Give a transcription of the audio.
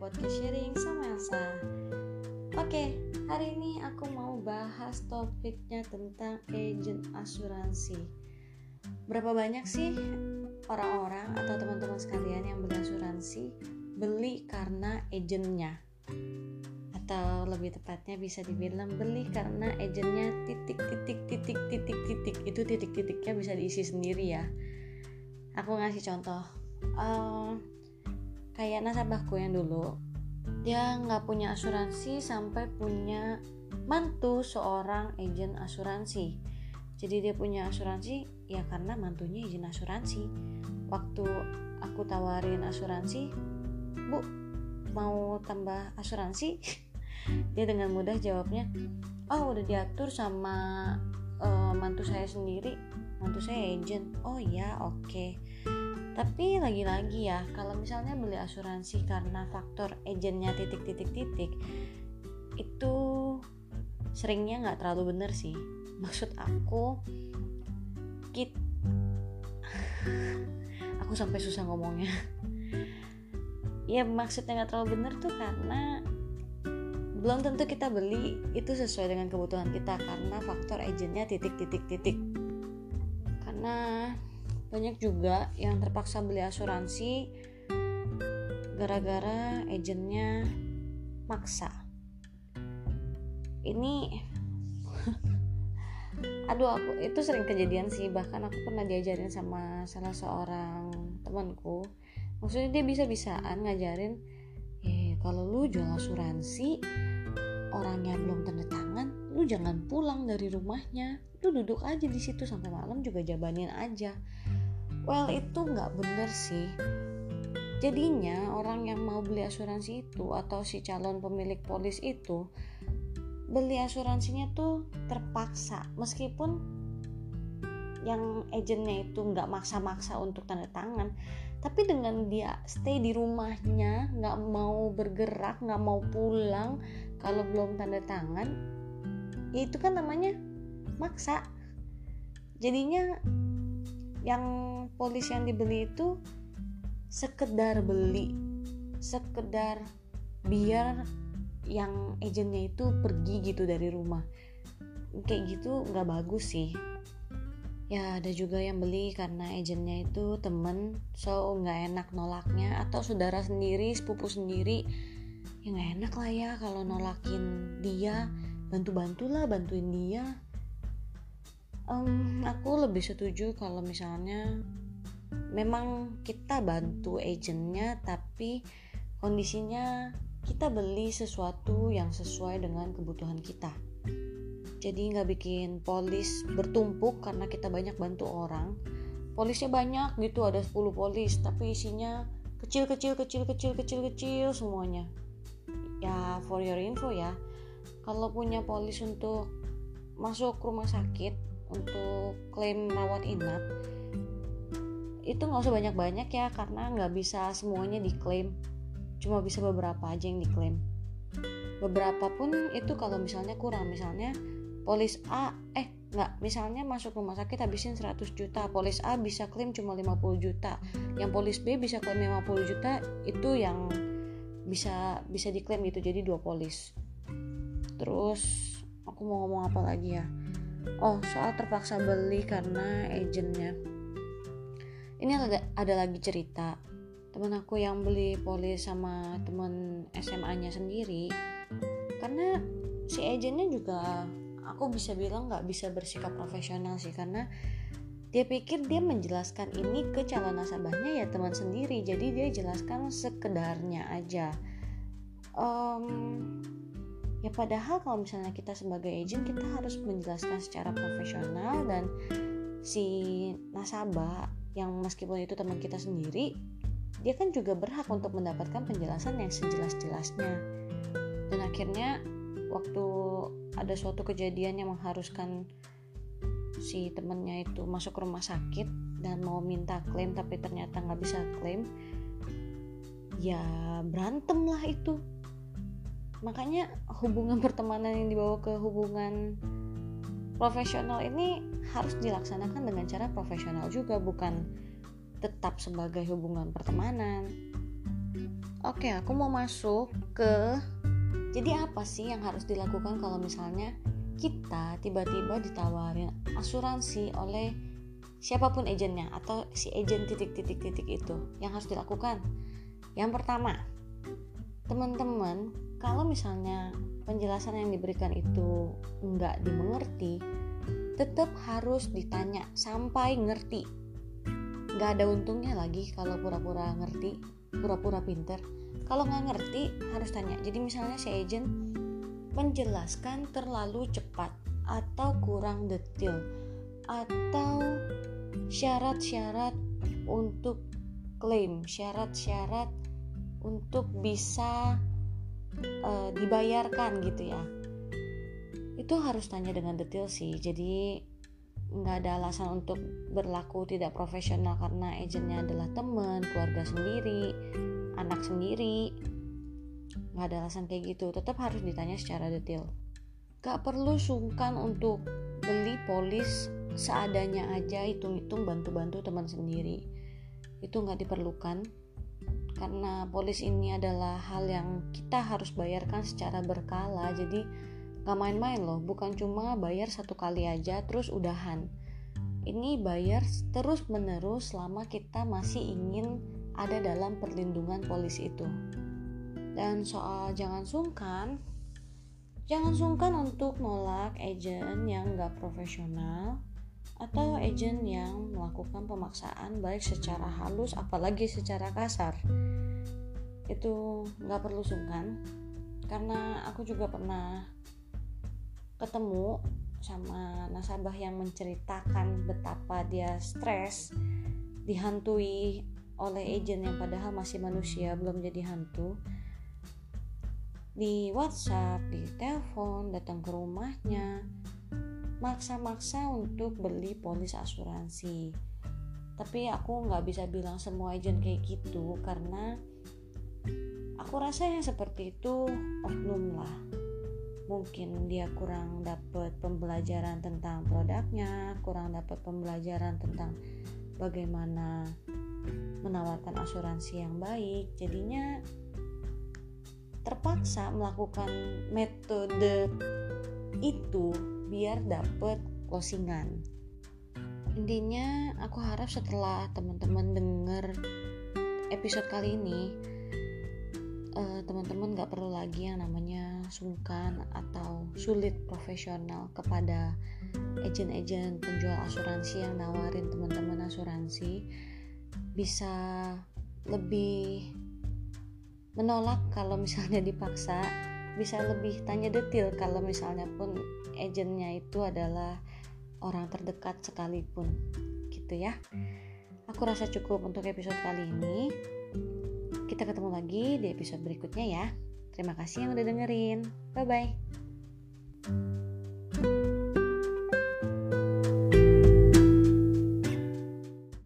podcast sharing sama Elsa. Oke, hari ini aku mau bahas topiknya tentang agen asuransi. Berapa banyak sih orang-orang atau teman-teman sekalian yang beli asuransi beli karena agennya? Atau lebih tepatnya bisa dibilang beli karena agennya titik. Itu titik-titiknya bisa diisi sendiri ya. Aku ngasih contoh. Kayak nasabahku yang dulu, dia nggak punya asuransi sampai punya mantu seorang agen asuransi. Jadi dia punya asuransi ya karena mantunya agen asuransi. Waktu aku tawarin asuransi, Bu, mau tambah asuransi? Dia dengan mudah jawabnya, oh udah diatur sama mantu saya sendiri, mantu saya agen. Oh ya, oke. Tapi lagi-lagi ya, kalau misalnya beli asuransi karena faktor agennya titik itu seringnya nggak terlalu bener sih. Maksud aku aku sampai susah ngomongnya. Ya maksudnya nggak terlalu bener tuh karena belum tentu kita beli itu sesuai dengan kebutuhan kita karena faktor agennya titik. Karena banyak juga yang terpaksa beli asuransi gara-gara agennya maksa. Ini aku itu sering kejadian sih, bahkan aku pernah diajarin sama salah seorang temanku. Maksudnya dia bisa-bisaan ngajarin, kalau lu jual asuransi orangnya belum tanda tangan, lu jangan pulang dari rumahnya, lu duduk aja di situ sampai malam juga jabanin aja. Well, itu nggak bener sih. Jadinya orang yang mau beli asuransi itu atau si calon pemilik polis itu beli asuransinya tuh terpaksa, meskipun yang agennya itu nggak maksa-maksa untuk tanda tangan, tapi dengan dia stay di rumahnya, nggak mau bergerak, nggak mau pulang kalau belum tanda tangan, ya itu kan namanya maksa. Jadinya yang polis yang dibeli itu sekedar beli, sekedar biar yang agennya itu pergi gitu dari rumah. Kayak gitu nggak bagus sih. Ya ada juga yang beli karena agennya itu temen, so nggak enak nolaknya, atau saudara sendiri, sepupu sendiri. Ya nggak enak lah ya kalau nolakin dia, bantuin dia. Aku lebih setuju kalau misalnya memang kita bantu agennya, tapi kondisinya kita beli sesuatu yang sesuai dengan kebutuhan kita. Jadi nggak bikin polis bertumpuk karena kita banyak bantu orang. Polisnya banyak gitu, ada 10 polis, tapi isinya kecil semuanya. Ya for your info ya, kalau punya polis untuk masuk rumah sakit untuk klaim rawat inap, itu nggak usah banyak-banyak ya, karena nggak bisa semuanya diklaim, cuma bisa beberapa aja yang diklaim. Beberapa pun itu kalau misalnya kurang, misalnya polis A misalnya masuk rumah sakit habisin 100 juta, polis A bisa klaim cuma 50 juta, yang polis B bisa klaim 50 juta, itu yang bisa diklaim gitu, jadi 2 polis. Terus aku mau ngomong apa lagi ya? Soal terpaksa beli karena agennya. Ini ada lagi cerita teman aku yang beli polis sama teman SMA-nya sendiri. Karena si agennya juga aku bisa bilang nggak bisa bersikap profesional sih, karena dia pikir dia menjelaskan ini ke calon nasabahnya ya teman sendiri, jadi dia jelaskan sekedarnya aja. Ya padahal kalau misalnya kita sebagai agent, kita harus menjelaskan secara profesional, dan si nasabah yang meskipun itu teman kita sendiri, dia kan juga berhak untuk mendapatkan penjelasan yang sejelas-jelasnya. Dan akhirnya waktu ada suatu kejadian yang mengharuskan si temannya itu masuk rumah sakit dan mau minta klaim tapi ternyata nggak bisa klaim, ya berantem lah itu. Makanya hubungan pertemanan yang dibawa ke hubungan profesional ini harus dilaksanakan dengan cara profesional juga, bukan tetap sebagai hubungan pertemanan. Oke, aku mau masuk ke jadi apa sih yang harus dilakukan kalau misalnya kita tiba-tiba ditawarin asuransi oleh siapapun agennya atau si agen titik-titik-titik itu. Yang harus dilakukan, yang pertama, teman-teman, kalau misalnya penjelasan yang diberikan itu nggak dimengerti, tetap harus ditanya sampai ngerti. Nggak ada untungnya lagi kalau pura-pura ngerti, pura-pura pinter. Kalau nggak ngerti harus tanya. Jadi misalnya si agent menjelaskan terlalu cepat atau kurang detail, atau syarat-syarat untuk klaim, syarat-syarat untuk bisa dibayarkan gitu ya, itu harus tanya dengan detail sih. Jadi nggak ada alasan untuk berlaku tidak profesional karena agennya adalah teman, keluarga sendiri, anak sendiri. Nggak ada alasan kayak gitu, tetap harus ditanya secara detail. Gak perlu sungkan untuk beli polis seadanya aja, hitung-hitung bantu-bantu teman sendiri. Itu nggak diperlukan, karena polis ini adalah hal yang kita harus bayarkan secara berkala. Jadi gak main-main loh, bukan cuma bayar satu kali aja terus udahan. Ini bayar terus menerus selama kita masih ingin ada dalam perlindungan polis itu. Dan soal jangan sungkan untuk nolak agen yang gak profesional atau agen yang melakukan pemaksaan baik secara halus apalagi secara kasar. Itu gak perlu sungkan, karena aku juga pernah ketemu sama nasabah yang menceritakan betapa dia stres dihantui oleh agen yang padahal masih manusia, belum jadi hantu. Di WhatsApp, di telepon, datang ke rumahnya, maksa-maksa untuk beli polis asuransi. Tapi aku gak bisa bilang semua agen kayak gitu, karena aku rasa yang seperti itu oknum lah. Mungkin dia kurang dapat pembelajaran tentang produknya, kurang dapat pembelajaran tentang bagaimana menawarkan asuransi yang baik, jadinya terpaksa melakukan metode itu biar dapat closingan. Intinya aku harap setelah teman-teman dengar episode kali ini, teman-teman gak perlu lagi yang namanya sungkan atau sulit profesional kepada agen-agen penjual asuransi yang nawarin teman-teman asuransi. Bisa lebih menolak kalau misalnya dipaksa, bisa lebih tanya detail kalau misalnya pun agennya itu adalah orang terdekat sekalipun, gitu ya. Aku rasa cukup untuk episode kali ini. Kita ketemu lagi di episode berikutnya ya. Terima kasih yang udah dengerin. Bye bye.